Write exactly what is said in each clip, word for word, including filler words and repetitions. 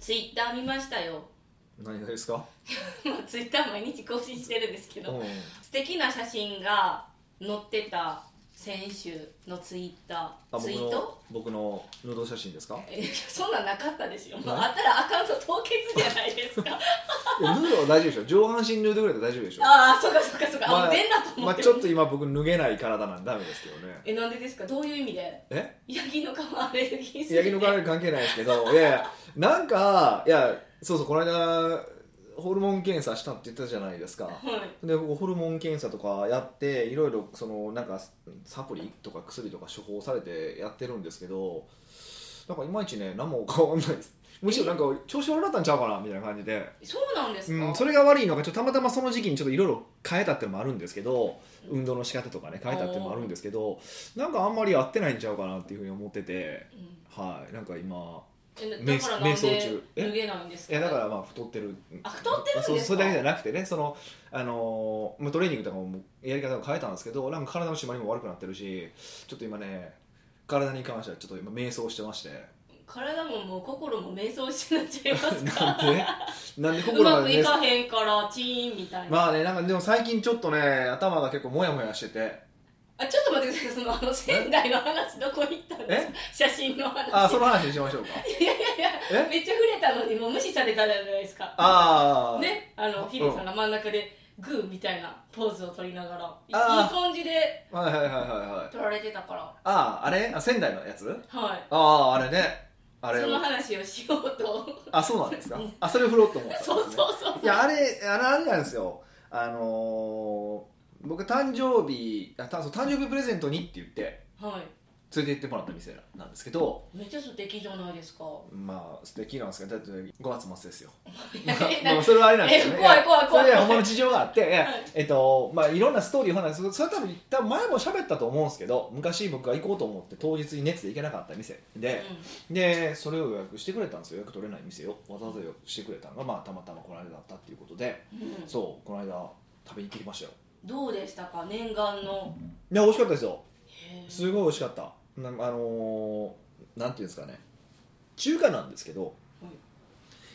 ツイッター見ましたよ。 何がですか？ まあツイッター毎日更新してるんですけど、 うん、 素敵な写真が載ってた選手のツイッターツイート、 僕のヌード写真ですか？ えそんなんなかったですよ、まあ、あったらアカウント凍結じゃないですかヌードは大丈夫でしょ。上半身ヌードぐらいで大丈夫でしょ。 ああそうかそうかそうか、 まあ、 あ全裸と思まあ、 ってちょっと今僕脱げない体なんでダメですけどね。 えなんでですか？どういう意味で？ えヤギの皮アレルギーすぎてヤギの皮関係ないですけど、いやいやなんかいやそうそうこの間ホルモン検査したって言ったじゃないですか、 はい、 で僕ホルモン検査とかやっていろいろそのなんかサプリとか薬とか処方されてやってるんですけど、なんかいまいちね何も変わんないです。むしろなんか調子悪かったんちゃうかなみたいな感じで。 そうなんですか？ うん、それが悪いのがちょっとたまたまその時期にちょっといろいろ変えたっていうのもあるんですけど、運動の仕方とかね変えたっていうのもあるんですけど、なんかあんまり合ってないんちゃうかなっていうふうに思ってて、 うん、 はいなんか今だからなんで脱げないんですか？ いやだからまあ太ってる。 あ太ってるんですか？ そ, それだけじゃなくてね、そのあのー、トレーニングとかもやり方を変えたんですけど、なんか体の締まりも悪くなってるし、ちょっと今ね体に関してはちょっと今瞑想してまして。 体ももう心も瞑想してなっちゃいますか？ なんでなんで心うがまくいかへんからチーンみたいな。 まあね、なんかでも最近ちょっとね頭が結構モヤモヤしてて。 あちょっと待ってください、そのあの仙台の話どこ行ったんですか？写真の話。 あその話にしましょうか。 いやいやいやめっちゃ触れたのにもう無視されたじゃないですか。 ああね、あのヒデさんが真ん中でグーみたいなポーズを取りながらいいあ感じではいはいはいはいはい撮られてたから。 あああれあ仙台のやつ。 はい。 あああれねあれその話をしようと。 あそうなんですか。あそれを振ろうと思ったんですね。 そうそうそうそう。 いやあれあれあれなんですよ。あのー僕誕生日あたそう誕生日プレゼントにって言ってはい。 連れて行ってもらった店なんですけど、 めっちゃ素敵じゃないですか。 まあ素敵なんですけど、だってごがつ末ですよ。 ままあそれはあれなんですよね。 怖い怖い怖いそれでほんまの事情があって、いやはいえっとまあいろんなストーリーを話す。それは多分多分前も喋ったと思うんですけど、昔僕が行こうと思って当日に熱で行けなかった店で、 うん、 でそれを予約してくれたんですよ。予約取れない店をわざわざ予約してくれたのが、まあたまたまこの間だったっていうことで、 うん、 そうこの間食べに行ってきましたよ。 どうでしたか念願の。 いや美味しかったですよ。 へーすごい美味しかった。なあのー、なんていうんですかね、中華なんですけど、 はい、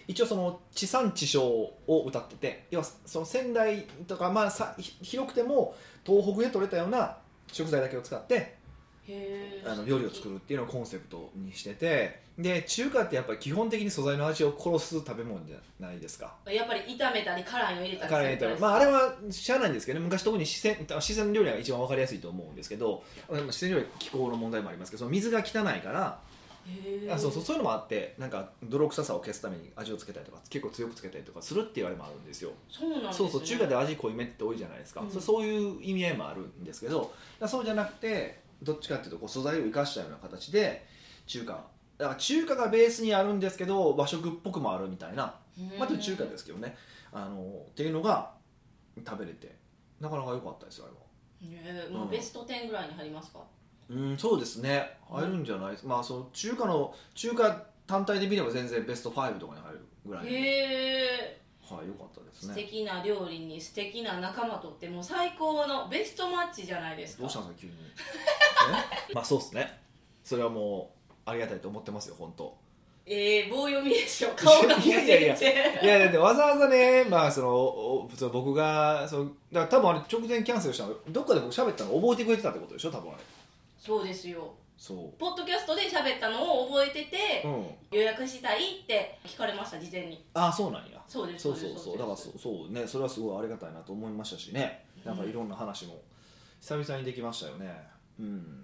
一応その地産地消を歌ってて、要はその仙台とか、まあ、さ広くても東北で採れたような食材だけを使ってへあの料理を作るっていうのをコンセプトにしてて、で中華ってやっぱり基本的に素材の味を殺す食べ物じゃないですか。 やっぱり炒めたり辛いの入れたり辛い入れたり、まあ、あれは知らないんですけど、ね、昔特に四川四川料理が一番分かりやすいと思うんですけど、四川料理は気候の問題もありますけど、その水が汚いからへあそうそうそういうのもあって、なんか泥臭さを消すために味をつけたりとか結構強くつけたりとかするっていうあれもあるんですよ。 そうなんですね。 そうそう中華で味濃いめって多いじゃないですか、 うん、 そそういう意味合いもあるんですけど、そうじゃなくてどっちかっていうとこう素材を生かしたような形で中華だから中華がベースにあるんですけど和食っぽくもあるみたいな、また中華ですけどね、あのっていうのが食べれてなかなか良かったですよあれは。 へーもうベストじゅうぐらいに入りますか？ うんそうですね入るんじゃないですか、うん、まあその中華の中華単体で見れば全然ベストごとかに入るぐらい。 へえ。 はい、良かったですね。 素敵な料理に素敵な仲間とってもう最高のベストマッチじゃないですか。 どうしたんですか急にえまあそうですね、それはもうありがたいと思ってますよ本当。 えー、棒読みでしょ顔がもう全然。 いやいやいやいやだってわざわざね、まあそのその僕がそのだから多分あれ直前キャンセルしたのどっかで僕喋ったの覚えてくれてたってことでしょ多分あれ。 そうですよ。 そうポッドキャストで喋ったのを覚えてて、 うん、 予約したいって聞かれました事前に。 ああそうなんや。 そうですそうそうそうだからそうそうね、それはすごいありがたいなと思いましたしね、なんかいろんな話も久々にできましたよね。うん、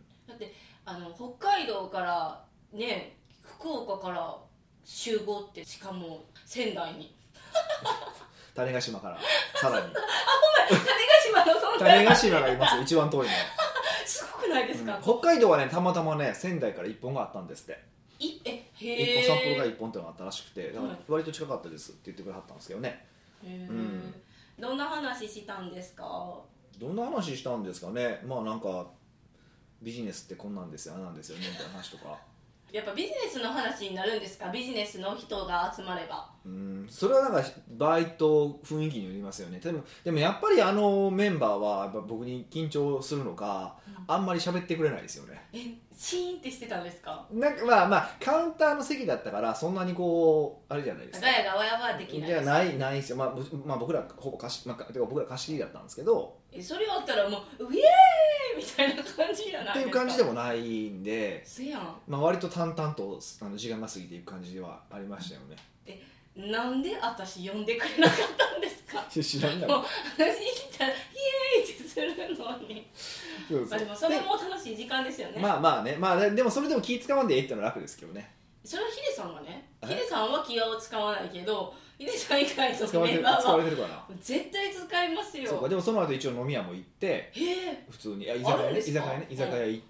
だってあの北海道からね福岡から集合ってしかも仙台に種子島からさらにあほんま種子島のそんな種子島がいますよ一番遠いのすごくないですか、 うん、北海道はねたまたまね仙台からいっぽんがあったんですって。 いえへいっぽんーサンプルがいっぽんってのがあったらしくて、だから割と近かったですって言ってくれはったんですけどね。 へー、 うん、 どんな話したんですか？ どんな話したんですかね。まあなんかビジネスってこんなんですよあなんですよねみたいな話とかやっぱビジネスの話になるんですか、ビジネスの人が集まれば。 うん、それはなんか場合と雰囲気によりますよね。でも、でもやっぱりあのメンバーはやっぱ僕に緊張するのか、うん、あんまり喋ってくれないですよね。 え、シーンってしてたんですか？ なんかまあまあカウンターの席だったからそんなにこうあれじゃないですか。 ガヤガヤはできないですか？ じゃないないですよ。まあ、まあ、僕らほぼ貸し、まあ、てか僕ら貸し切りだったんですけど。 え、それあったらもうウェーイみたいな感じじゃないですか。っていう感じでもないんで、 せやん、 まあ、割と淡々とあの時間が過ぎていく感じではありましたよね。 え、なんで私呼んでくれなかったんですか？ 知らんがもう私来たらイエーイってするのに。そうそう、まあ、でもそれも楽しい時間ですよね。 まあまあね、まあでもそれでも気使わんでいいっていうのは楽ですけどね。 それはヒデさんがね、ヒデさんは気を使わないけど、ヒデさん以外のメンバーは使われてるかな。 絶対使いますよ。 そうか、でもその後一応飲み屋も行って、 へ普通にいや居酒屋ね、居酒屋ね、居酒屋行って、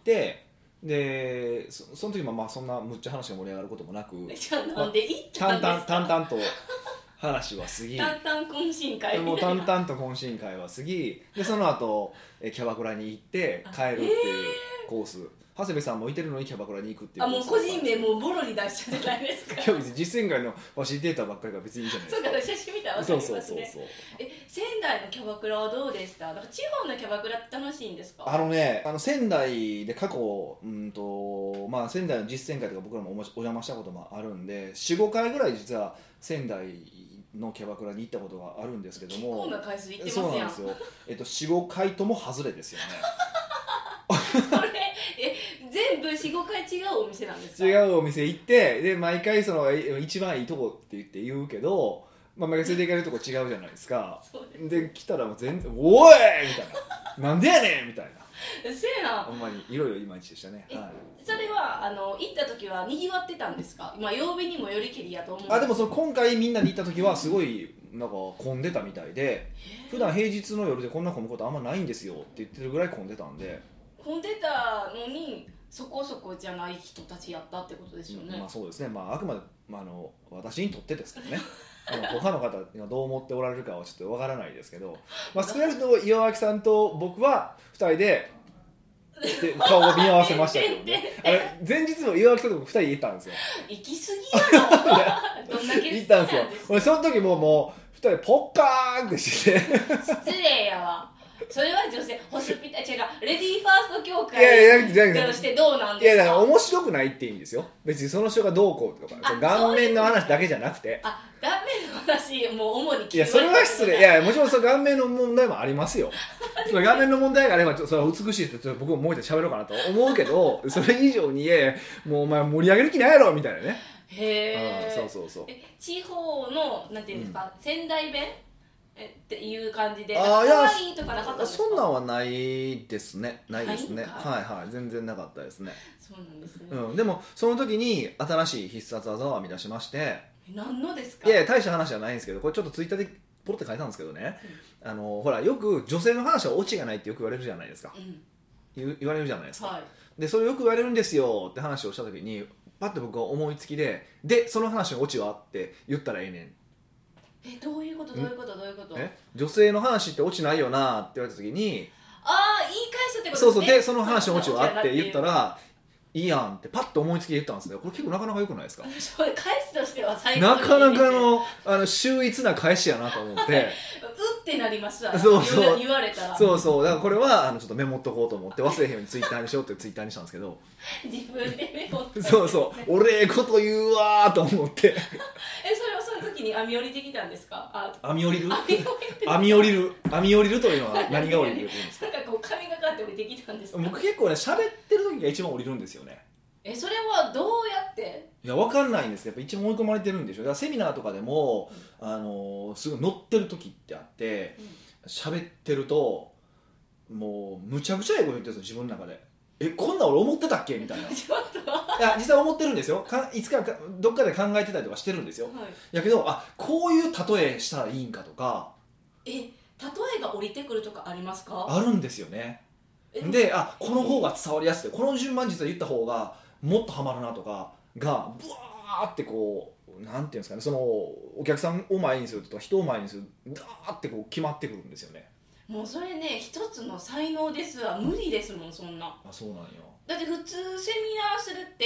うん、で そ, その時もまあそんなむっちゃ話が盛り上がることもなく、 じゃあなんで行ったんですか？ 淡々淡々と話は過ぎ、 淡々懇親会みもうたいな。 淡々と懇親会は過ぎ、でその後キャバクラに行って帰るっていうコース。長谷部さんもいてるのにキャバクラに行くっていう。 あ、もう個人名もうボロに出しちゃってないですか？ いや別に実践会のファシリテーターばっかりが別にいいじゃないですか。 そうか、写真見たら分かりますね。 そうそうそうそう。 え、仙台のキャバクラはどうでした？なんか地方のキャバクラって楽しいんですか？ あのね、あの仙台で過去、うんとまあ、仙台の実践会とか僕らもお邪魔したこともあるんで よん,ご 回ぐらい実は仙台のキャバクラに行ったことがあるんですけども、 結構な回数行ってますそうやん。 なんですよ、えっと、よん,ご 回とも外れですよね。 それえ全部 よん,ご 回違うお店なんですか？ 違うお店行ってで毎回その一番いいとこって言って言うけど、まあ、毎回連れて行かれるとこ違うじゃないですか。で, で来たらもう全然「おい!」みたいな「なんでやねん!」みたいな。 せやな、 ほんまにいろいろいまいちでしたね。はい、 それはあの行った時はにぎわってたんですか？まあ曜日にもよりけりやと思うんです。 あでもその今回みんなで行った時はすごいなんか混んでたみたいで、普段平日の夜でこんな混むことあんまないんですよって言ってるぐらい混んでたんで。 混んでたのにそこそこじゃない人たちやったってことですよね。 まあそうですね、まあ、あくまで、まあ、あの私にとってですけどねあの他の方がどう思っておられるかはちょっとわからないですけど、まあ、少なくとも岩脇さんと僕はふたりでで顔を見合わせましたけどねあれ前日も岩脇さんと僕ふたりで行ったんですよ。 行き過ぎやろどんだけ行ったんですよ。俺その時ももうふたりポッカーンってして失礼やわ。それは女性ホスピタ違うレディーファースト協会としてどうなんですか？ いやだから面白くないって意味ですよ。別にその人がどうこうとか顔面の話だけじゃなくて、 あ、顔面の話もう主に聞いやそれは失礼。いやもちろんその顔面の問題もありますよその顔面の問題があればそれは美しいって僕ももう一回喋ろうかなと思うけどそれ以上にもうお前盛り上げる気ないやろみたいなね。 へえ、 そうそうそう。 え地方のなんていうんですか、うん、仙台弁えっていう感じで、 あかわいいとかなかったですか？ そんなんはないですね、ないですね。 はいはい、全然なかったですね。 そうなんですね。 うん、でもその時に新しい必殺技を編み出しまして。 何のですか？ いやいや大した話じゃないんですけど、これちょっとツイッターでポロって書いたんですけどね、うん、あのほらよく女性の話はオチがないってよく言われるじゃないですか、うん、言, 言われるじゃないですか、はい、でそれよく言われるんですよって話をした時にパッと僕は思いつきででその話のオチはって言ったらええねん。 えどういうことどういうことどういうこと？ え女性の話ってオチないよなって言われた時に、 ああ言い返すってことですね。 そうそうでその話のオチはあって言ったらいいやんってパッと思いつきで言ったんですね。これ結構なかなか良くないですか？ それ返しとしては最高なかなかのあの秀逸な返しやなと思ってうってなりますわ。 そうそう言われたらそうそうだからこれはあのちょっとメモっとこうと思って忘れへんようにツイッターにしようってツイッターにしたんですけど自分でメモって、 ね、そうそう俺ええこと言うわーと思ってえそれはその時に網降りてきたんですか？あ網降りる網降りる網降りるというのは何が降りてくるんですか？ なんかこう髪がかって降りてきたんですか？ 僕結構ね喋ってる時が一番降りるんですよね。 えそれはどうやって？ いや分かんないんですけどやっぱ一番追い込まれてるんでしょ。だからセミナーとかでも、うん、あのすごい乗ってる時ってあって喋、うん、ってるともうむちゃくちゃええこと言ってるんですよ自分の中で。えこんな俺思ってたっけみたいな。 ちょっといや実際思ってるんですよ。かいつかかどっかで考えてたりとかしてるんですよ、はい、やけどあこういう例えしたらいいんかとか。 え例えが降りてくるとかありますか？ あるんですよね。であこの方が伝わりやすいこの順番実は言った方がもっとハマるなとかがブワーってこうなんていうんですかねそのお客さんを前にするとか人を前にするダーってこう決まってくるんですよね。 もうそれね一つの才能ですわ。無理ですもんそんな。 あそうなんよ。 だって普通セミナーするって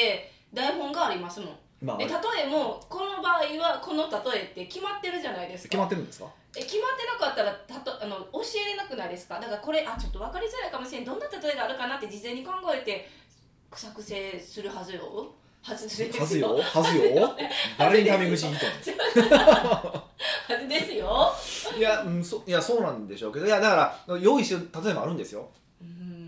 台本がありますもん、 まあ、 で例えもこの場合はこの例えって決まってるじゃないですか。 決まってるんですか？ え決まってなかったらたとあの教えれなくないですか。だからこれあちょっと分かりづらいかもしれん、どんな例えがあるかなって事前に考えて作成するはずよ。はずですよ。 はずよはずよ誰にタメ口に言ったのはずですよ。 いや、うん、そいやそうなんでしょうけど、いやだから用意してる例えもあるんですよ、うん、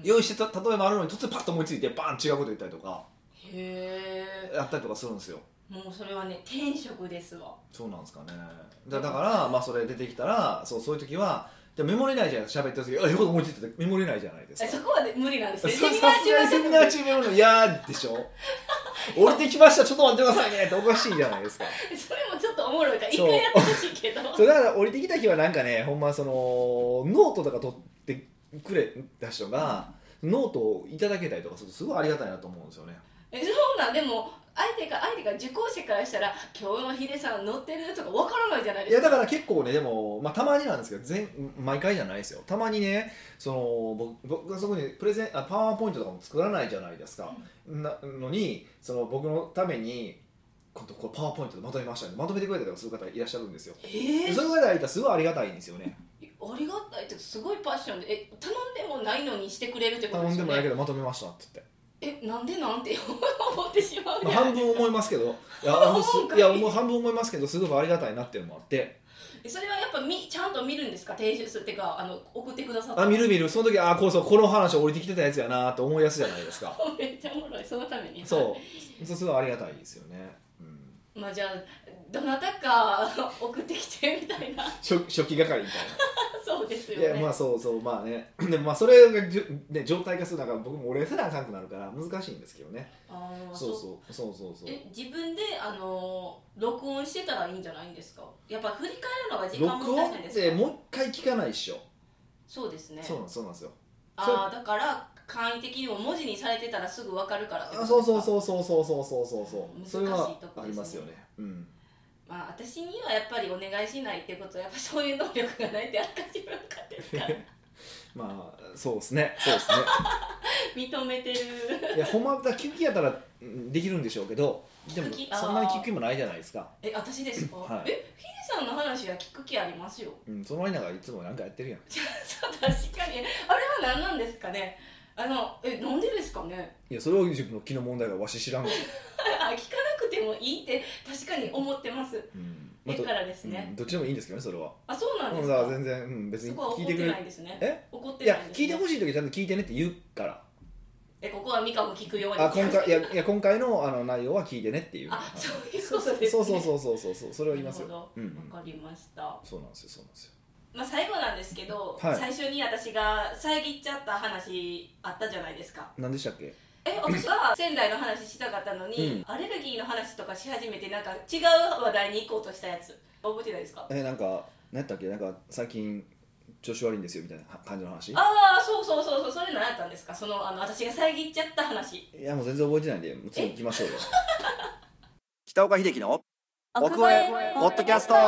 用意してた例えもあるのに突然パッと思いついてバーン違うこと言ったりとかへやったりとかするんですよ。 もうそれはね天職ですわ。 そうなんですかね。だ, だからまあそれ出てきたらそうそういう時はでもメモれないじゃないですか。喋ってる時あいいこと思いついててメモれないじゃないですか。 そこはで無理なんですね。 セミナー中はセミナー中メモるの嫌でしょ降りてきましたちょっと待ってくださいねっておかしいじゃないですか。 それもちょっとおもろいから一回やってほしいけどそうだから降りてきた日はなんかねほんまそのノートとか取ってくれた人が、うん、ノートをいただけたりとかするとすごいありがたいなと思うんですよね。 えそうなんでも相手が相手が受講者からしたら今日のヒデさん乗ってるとかわからないじゃないですか。 いやだから結構ねでも、まあ、たまになんですけど全毎回じゃないですよ。たまにねその僕がそこにプレゼンあパワーポイントとかも作らないじゃないですか、うん、なのにその僕のために今度こうパワーポイントでまとめましたねまとめてくれたりとかする方いらっしゃるんですよ、 えー、 そういう方がいたらすごいありがたいんですよね。 ありがたいってすごいパッションでえ頼んでもないのにしてくれるってことですよね。 頼んでもないけどまとめましたって言って。 えなんでなんて思ってしまう、ね、 半分思いますけどいやあのすいやもう半分思いますけどすごくありがたいなっていうのもあって。 それはやっぱみちゃんと見るんですか提出っていうかあの送ってくださったあ見る見るその時あこうそうこの話降りてきてたやつやなって思いやすいじゃないですかめっちゃおもろいそのためにそうそうすごいありがたいですよね、 うん、まあじゃあどなたか送ってきてみたいな初, 初期係みたいなそうですよね。 いやまあそうそうまあねでもまあそれがじゅ、ね、状態化するなんか僕もお礼せなあかんくなるから難しいんですけどね。 あそうそうそうそうそうえ自分であの録音してたらいいんじゃないんですか。やっぱ振り返るのが時間もったいないですか。 録音ってもう一回聞かないっしょ。 そうですね。 そうなんそうなんですよ。 ああだから簡易的にも文字にされてたらすぐ分かるからってことですか。 ですか。 そうそうそうそうそうそうそう難しいそれはとこですね。 ありますよね。うんまあ、私にはやっぱりお願いしないっていうことはやっぱそういう能力がないってあらかじめ分かってるからまあそうですねそうですね認めてる。 いやほんまだ聞く気やったらできるんでしょうけどでもそんなに聞く気もないじゃないですか。 え私ですか、 はい、 えヒデさんの話は聞く気ありますよ、 うん、その間がいつもなんかやってるやんそう確かにあれは何なんですかね。あのえなんでですかね。 いやそれは自分の気の問題がわし知らんわあ聞かなくてもいいって確かに思ってます、 うんだからですね、 うん、どっちでもいいんですけどねそれは。 あそうなんですだかから全然、うん、別に聞いてくれそこは怒ってないんですね。 え怒っていやないんですね。 聞いてほしい時はちゃんと聞いてねって言うからえここはミカも聞くようにあ今回いやいや今回のあの内容は聞いてねっていうあそういうことですね。 そうそうそうそうそうそうそれは言いますよ。 なるほど、 うんうん、 わかりました。 そうなんですよそうなんですよ。 まあ、最後なんですけど、 はい、 最初に私が遮っちゃった話あったじゃないですか。 何でしたっけ。 え私は仙台の話したかったのに、うん、アレルギーの話とかし始めてなんか違う話題に行こうとしたやつ覚えてないですか。 えなんか何やったっけなんか最近調子悪いんですよみたいな感じの話。 ああそうそうそうそうそれ何やったんですか。そのあの私が遮っちゃった話。 いやもう全然覚えてないんでもう次行きましょうよ北岡秀樹の奥越えポッドキャスト。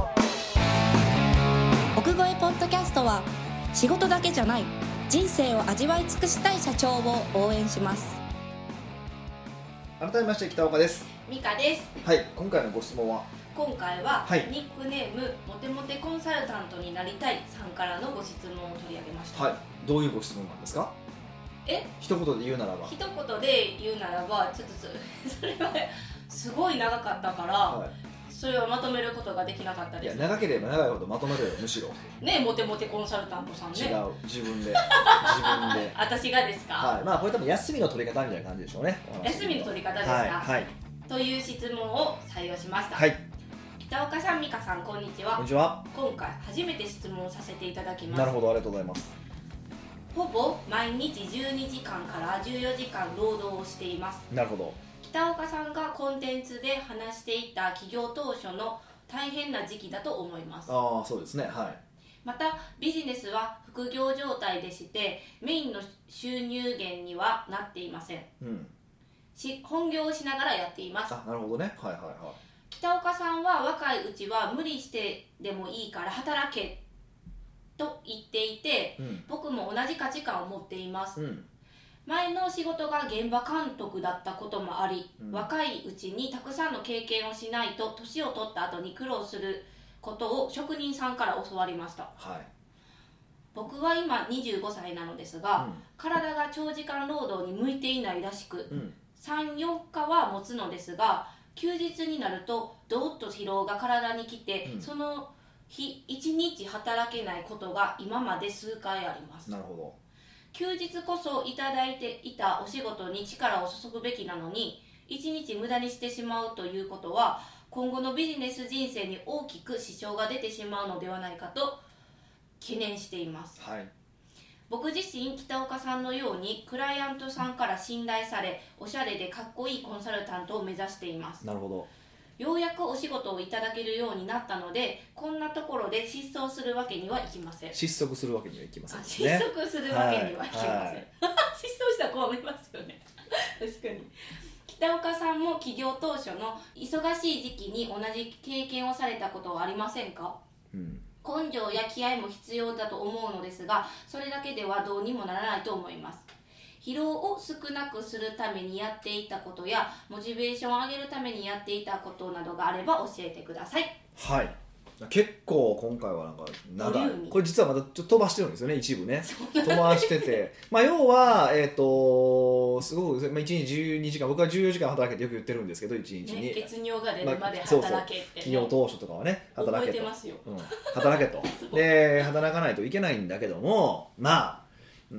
奥越えポッドキャストは仕事だけじゃない人生を味わい尽くしたい社長を応援します。 改めまして北岡です。 ミカです。 はい今回のご質問は今回は、 はい、 ニックネームモテモテコンサルタントになりたいさんからのご質問を取り上げました。 はいどういうご質問なんですか。 え一言で言うならば一言で言うならばちょっとそれはすごい長かったから、はい、それをまとめることができなかったです。 いや長ければ長いほどまとめるよむしろねモテモテコンサルタントさんね。 違う自分で自分で私がですか。 はいまあこれ多分休みの取り方みたいな感じでしょうね。 休みの取り方ですか、 はいはい、 という質問を採用しました。 はい北岡さん、美香さん、こんにちは。 こんにちは。 今回初めて質問させていただきます。 なるほどありがとうございます。 ほぼ毎日じゅうにじかんからじゅうよじかん労働をしています。 なるほど。 北岡さんがコンテンツで話していた起業当初の大変な時期だと思います。 ああそうですねはい。 またビジネスは副業状態でしてメインの収入源にはなっていません、うん、し本業をしながらやっています。 あなるほどねはいはいはい。 北岡さんは若いうちは無理してでもいいから働けと言っていて、うん、僕も同じ価値観を持っています、うん、 前の仕事が現場監督だったこともあり、 うん、 若いうちにたくさんの経験をしないと年を取った後に苦労することを職人さんから教わりました。 はい、 僕は今にじゅうごさいなのですが、 うん、 体が長時間労働に向いていないらしく、 うん、 さん、よっかは持つのですが、休日になるとどーっと疲労が体にきて、うん、その日いちにち働けないことが今まで数回あります。 なるほど。 休日こそいただいていたお仕事に力を注ぐべきなのに、いちにち無駄にしてしまうということは今後のビジネス人生に大きく支障が出てしまうのではないかと懸念しています。 はい、 僕自身北岡さんのようにクライアントさんから信頼され、おしゃれでかっこいいコンサルタントを目指しています。 なるほど。 ようやくお仕事をいただけるようになったので、こんなところで失踪するわけにはいきません。 失速するわけにはいきませんね。 失速するわけにはいきません、はいはい、失踪したらこう思いますよね確かに。北岡さんも起業当初の忙しい時期に同じ経験をされたことはありませんか？うん、根性や気合も必要だと思うのですが、それだけではどうにもならないと思います。疲労を少なくするためにやっていたことやモチベーションを上げるためにやっていたことなどがあれば教えてください。 はい、結構今回はなんか長い、これ実はまだちょっと飛ばしてるんですよね、一部ね飛ばしててまあ要は、えー、とすごく、まあ、いちにちじゅうにじかん、僕はじゅうよじかん働けってよく言ってるんですけど、いちにちに、 ね、血尿が出るまで働けって、ね、 そうそう企業当初とかはね働けと、 覚えてますよ、 うん、働けとで働かないといけないんだけども、まあ、うん、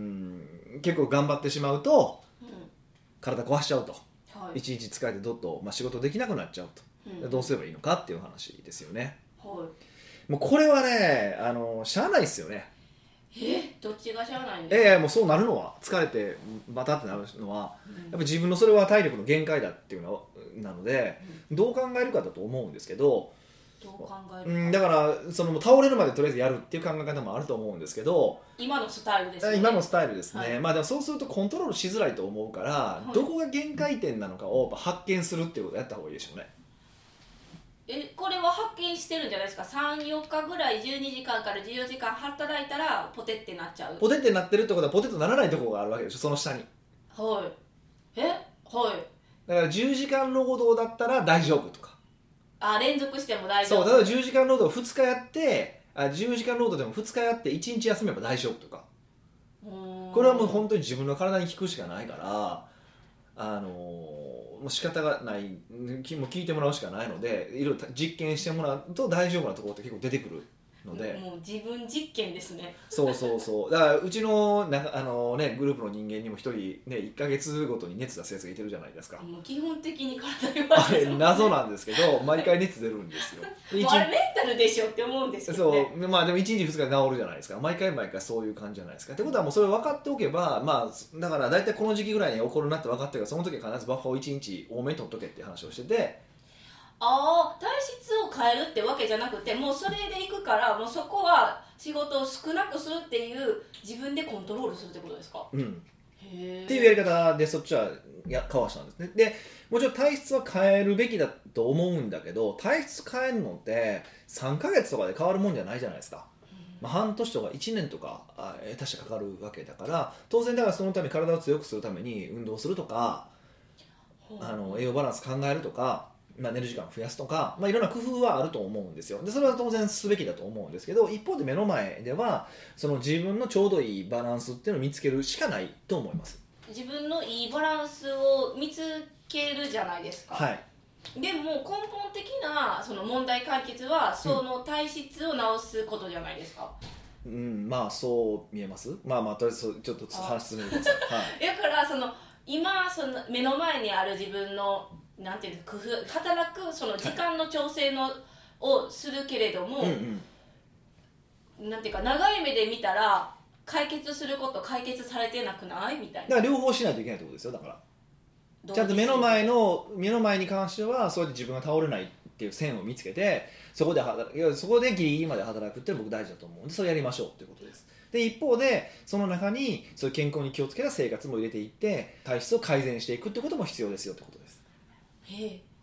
結構頑張ってしまうと、うん、体壊しちゃうと、はい、いちにち疲れてどっと、まあ、仕事できなくなっちゃうと、うん、どうすればいいのかっていう話ですよね。はい、もうこれはね、あのしゃあないですよね。 えどっちがしゃあないんですか？ ええ、もうそうなるのは、疲れてバタってなるのは、うん、やっぱ自分のそれは体力の限界だっていうのなので、うん、どう考えるかだと思うんですけど、 どう考えるか、 うん、だからその倒れるまでとりあえずやるっていう考え方もあると思うんですけど、 今のスタイルですね。 今のスタイルですね、はい、まあでもそうするとコントロールしづらいと思うから、はい、どこが限界点なのかを発見するっていうことをやった方がいいでしょうね。 えこれは発見してるんじゃないですか。さん、よっかぐらいじゅうにじかんからじゅうよじかん働いたらポテってなっちゃう。 ポテってなってるってことはポテとならないところがあるわけでしょ、その下に。 はいえはいだからじゅうじかん労働だったら大丈夫とか、 あ連続しても大丈夫。 そう、例えばじゅうじかん労働をふつかやってあじゅうじかん労働でもふつかやっていちにち休めば大丈夫とか、これはもう本当に自分の体に効くしかないから、あのー、もう仕方がない、もう聞いてもらうしかないので、いろいろ実験してもらうと大丈夫なところって結構出てくるので、 もう自分実験ですね。 そうそうそう、だからうちのなんかあの、ね、グループの人間にも一人、ね、いっかげつごとに熱出すやつがいてるじゃないですか。 もう基本的に体に悪い。 あれ謎なんですけど毎回熱出るんですよ。 もうあれメンタルでしょって思うんですけどね。 そう、まあでもいちにちふつかで治るじゃないですか。毎回毎回そういう感じじゃないですか。ってことはもうそれ分かっておけば、まあだから大体この時期ぐらいに起こるなって分かってるから、その時は必ずバッファーをいちにち多めに取っとけっていう話をしてて、 ああ体質を変えるってわけじゃなくて、もうそれでいくからもうそこは仕事を少なくするっていう自分でコントロールするってことですか？ うんへっていうやり方でそっちはやかわしたんですね。でもちろん体質は変えるべきだと思うんだけど、体質変えるのってさんかげつとかで変わるもんじゃないじゃないですか。まあ、半年とかいちねんとか下手してかかるわけだから、当然だからそのために体を強くするために運動するとか、あの栄養バランス考えるとか、まあ、寝る時間を増やすとか、まあ、いろんな工夫はあると思うんですよ。でそれは当然すべきだと思うんですけど、一方で目の前ではその自分のちょうどいいバランスっていうのを見つけるしかないと思います。 自分のいいバランスを見つけるじゃないですか。 はい、 でも根本的なその問題解決はその体質を治すことじゃないですか。 うん、うん、まあそう見えます。まあまあとりあえずちょっと話進めてください。はい、 だからその今その目の前にある自分のなんていう工夫、働くその時間の調整の、はい、をするけれども、うんうん、なんていうか長い目で見たら解決すること解決されてなくないみたいな。 だから両方しないといけないってことですよ。だからちゃんと目の前の目の前に関してはそうやって自分が倒れないっていう線を見つけて、そこで働く、そこでギリギリまで働くっていうのは僕大事だと思うんで、それやりましょうっていうことです。で一方でその中にそういう健康に気をつけた生活も入れていって体質を改善していくってことも必要ですよってことです。 へえ、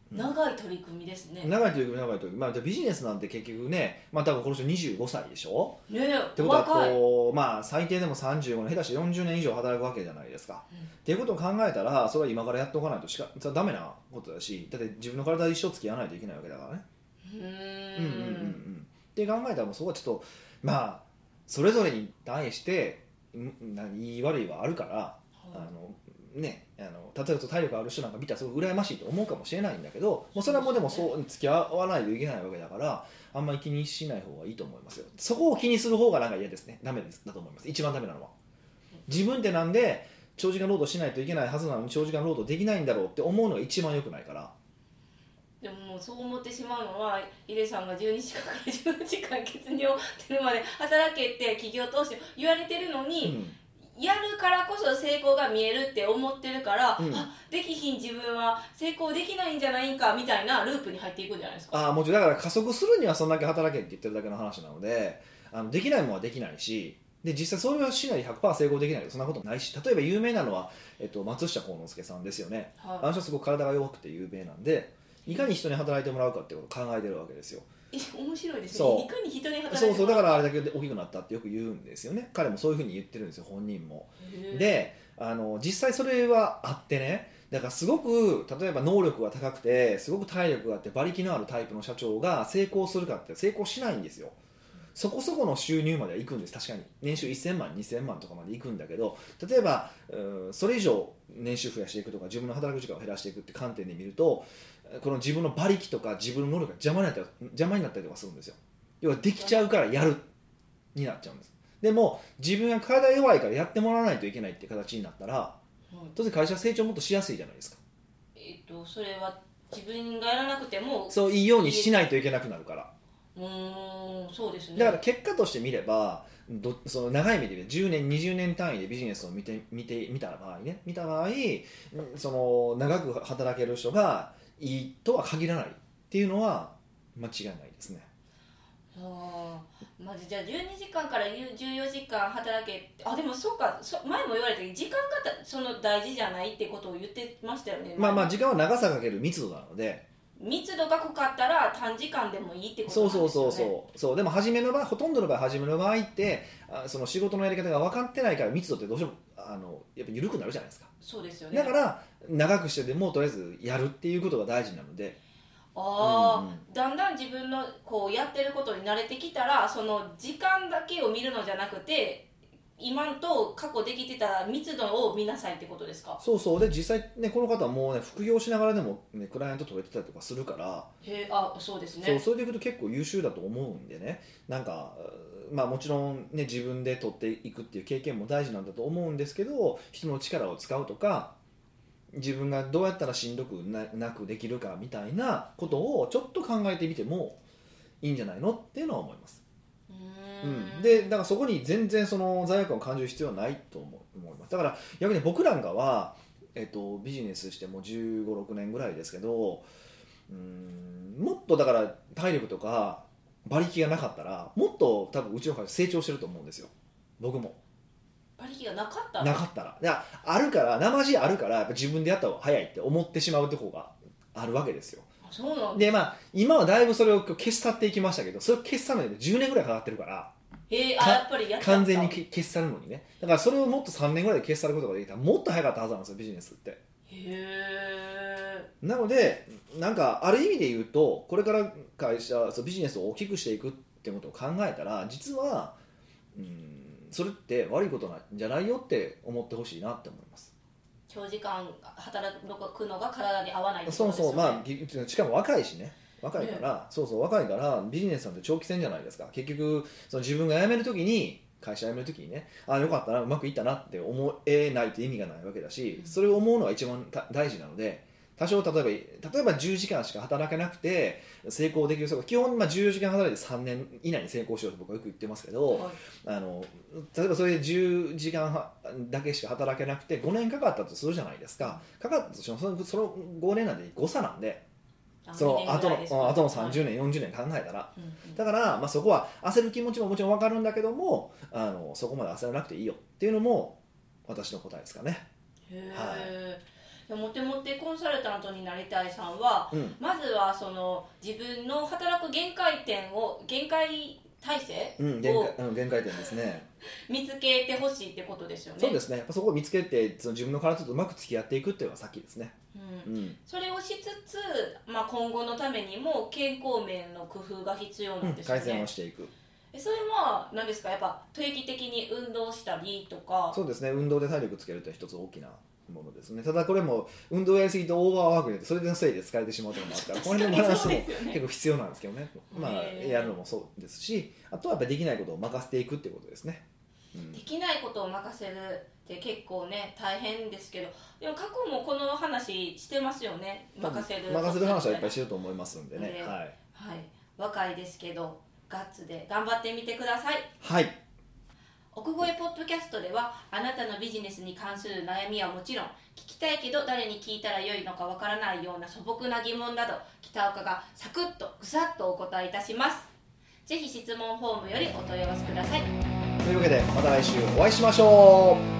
長い取り組みですね。 長い取り組み長い取り組み、まあ、ビジネスなんて結局ね、まあ、多分この人にじゅうごさいでしょ、 ねえ、 ってことは若い。 こう、まあ、最低でもさんじゅうごねん下手してよんじゅうねん以上働くわけじゃないですか、うん、っていうことを考えたらそれは今からやっておかないとしかそれはダメなことだし、だって自分の体一生付き合わないといけないわけだからね。 うーん、 うんうんうんうんって考えたらもうそこはちょっとまあそれぞれに対していい悪いはあるから、はい、あのね、あの例えば体力ある人なんか見たらすごい羨ましいと思うかもしれないんだけど、もうそれはもうでもそう付き合わないといけないわけだからあんまり気にしない方がいいと思いますよ。そこを気にする方がなんか嫌ですね。ダメですだと思います。一番ダメなのは自分ってなんで長時間労働しないといけないはずなのに長時間労働できないんだろうって思うのが一番良くないから。 でももうそう思ってしまうのは、井出さんがじゅうにじかんからじゅうじかん血尿出るまで働けって企業投資言われてるのに、うん、やるからこそ成功が見えるって思ってるから、うん、あできひん自分は成功できないんじゃないかみたいなループに入っていくんじゃないですか。 あもちろんだから加速するにはそんだけ働けって言ってるだけの話なので、あのできないものはできないし、で実際それはしないで ひゃくパーセント 成功できないけどそんなことないし、例えば有名なのは、えっと、松下幸之助さんですよね、はい、あの人はすごく体が弱くて有名なんで、いかに人に働いてもらうかっていうことを考えてるわけですよ。 面白いですね。いかに人に働いてもらうか。 そうそう、だからあれだけ大きくなったってよく言うんですよね。彼もそういうふうに言ってるんですよ、本人も。であの実際それはあってね、だからすごく例えば能力が高くてすごく体力があって馬力のあるタイプの社長が成功するかって成功しないんですよ。そこそこの収入までは行くんです。確かに年収せんまんにせんまんとかまで行くんだけど、例えばそれ以上年収増やしていくとか自分の働く時間を減らしていくって観点で見ると、この自分の馬力とか自分の能力が邪魔になったり、邪魔になったりとかするんですよ。要はできちゃうからやるになっちゃうんです。でも自分が体弱いからやってもらわないといけないって形になったら、当然会社成長もっとしやすいじゃないですか。 えっとそれは自分がやらなくてもそういいようにしないといけなくなるから。 うーんそうですね。 だから結果として見ればどその長い目でじゅうねんにじゅうねん単位でビジネスを見て見て見た場合ね見た場合その長く働ける人がいいとは限らないっていうのは間違いないですね。 あまずじゃあじゅうにじかんからじゅうよじかん働け、あでもそうか、そ前も言われたけど時間がその大事じゃないってことを言ってましたよね。 まあまあ時間は長さかける密度なので、 密度が濃かったら短時間でもいいってことなんですよね。 そうそうそうそうそう。でも初めの場合、ほとんどの場合初めの場合ってあその仕事のやり方が分かってないから密度ってどうしてもあのやっぱ緩くなるじゃないですか。 そうですよね。 だから長くしてでもとりあえずやるっていうことが大事なので、 あ、 うんうん、 だんだん自分のこうやってることに慣れてきたらその時間だけを見るのじゃなくて今と過去できてた密度を見なさいってことですか。 そうそうで実際ねこの方はもうね副業しながらでも、ね、クライアント取れてたりとかするから、 へあそうですね。 そうそれでいくと結構優秀だと思うんでね、なんかまあもちろんね自分で取っていくっていう経験も大事なんだと思うんですけど、人の力を使うとか自分がどうやったらしんどく な, なくできるかみたいなことをちょっと考えてみてもいいんじゃないのっていうのは思います。 うーん、 うん、でだからそこに全然その罪悪感を感じる必要はないと思います。だから逆に僕なんかは、えっと、ビジネスしてもじゅうご、ろくねんぐらいですけど、うーんもっとだから体力とか馬力がなかったらもっと多分うちの会社成長してると思うんですよ。僕も馬力がなかったらなかったらいやあるから生地あるからやっぱ自分でやった方が早いって思ってしまうところがあるわけですよ。 そうなんでまあ今はだいぶそれを消し去っていきましたけど、それを消し去るのにじゅうねんぐらいかかってるからへあやっぱりやっ完全に消し去るのにね。だからそれをもっとさんねんぐらいで消し去ることができたらもっと早かったはずなんですよビジネスって。 へえ。 なのでなんかある意味で言うとこれから会社そうビジネスを大きくしていくってことを考えたら実はうんそれって悪いことなんじゃないよって思ってほしいなって思います。 長時間働くのが体に合わないってこそうとですよね。 そうまあしかも若いしね若いから、ね、そうそう若いからビジネスなんて長期戦じゃないですか。結局その自分が辞めるときに会社辞めるときにねああよかったなうまくいったなって思えないと意味がないわけだし、それを思うのが一番大事なので、多少例えば例えばじゅうじかんしか働けなくて成功できる人が基本まあじゅうよじかん働いてさんねん以内に成功しようと僕はよく言ってますけど、はい、あの例えばそれでじゅうじかんだけしか働けなくてごねんかかったとするじゃないですか。かかったとしてもその、そのごねんなんて誤差なんで、その後の、後のさんじゅうねん、よんじゅうねん考えたら、うんうん、だから、まあ、そこは焦る気持ちももちろん分かるんだけどもあのそこまで焦らなくていいよっていうのも私の答えですかね。 へー、 はいモテモテコンサルタントになりたいさんは、 うん、 まずはその自分の働く限界点を限界体制うん、限界、うん、限界点ですね見つけてほしいってことですよね。 そうですね、やっぱそこを見つけてその自分の体とうまく付き合っていくっていうのが先ですね、 うんうん、 それをしつつ、まあ、今後のためにも健康面の工夫が必要なんですよね、 うん、改善をしていく。 それは何ですか、やっぱ定期的に運動したりとか。 そうですね、運動で体力つけるという一つ大きなものですね。ただこれも運動やりすぎとオーバーワークによってそれのせいで疲れてしまうというのもあるからこれのバランスも結構必要なんですけどねまあやるのもそうですし、あとはやっぱりできないことを任せていくっていうことですね、うん、 できないことを任せるって結構ね大変ですけど、でも過去もこの話してますよね。任せる任せる話はいっぱいしてると思いますんでね、 で、 はい、 はい、若いですけどガッツで頑張ってみてください。 はい。 奥越ポッドキャストではあなたのビジネスに関する悩みはもちろん、聞きたいけど誰に聞いたらよいのかわからないような素朴な疑問など、北岡がサクッとぐさっとお答えいたします。ぜひ質問フォームよりお問い合わせください。 というわけでまた来週お会いしましょう。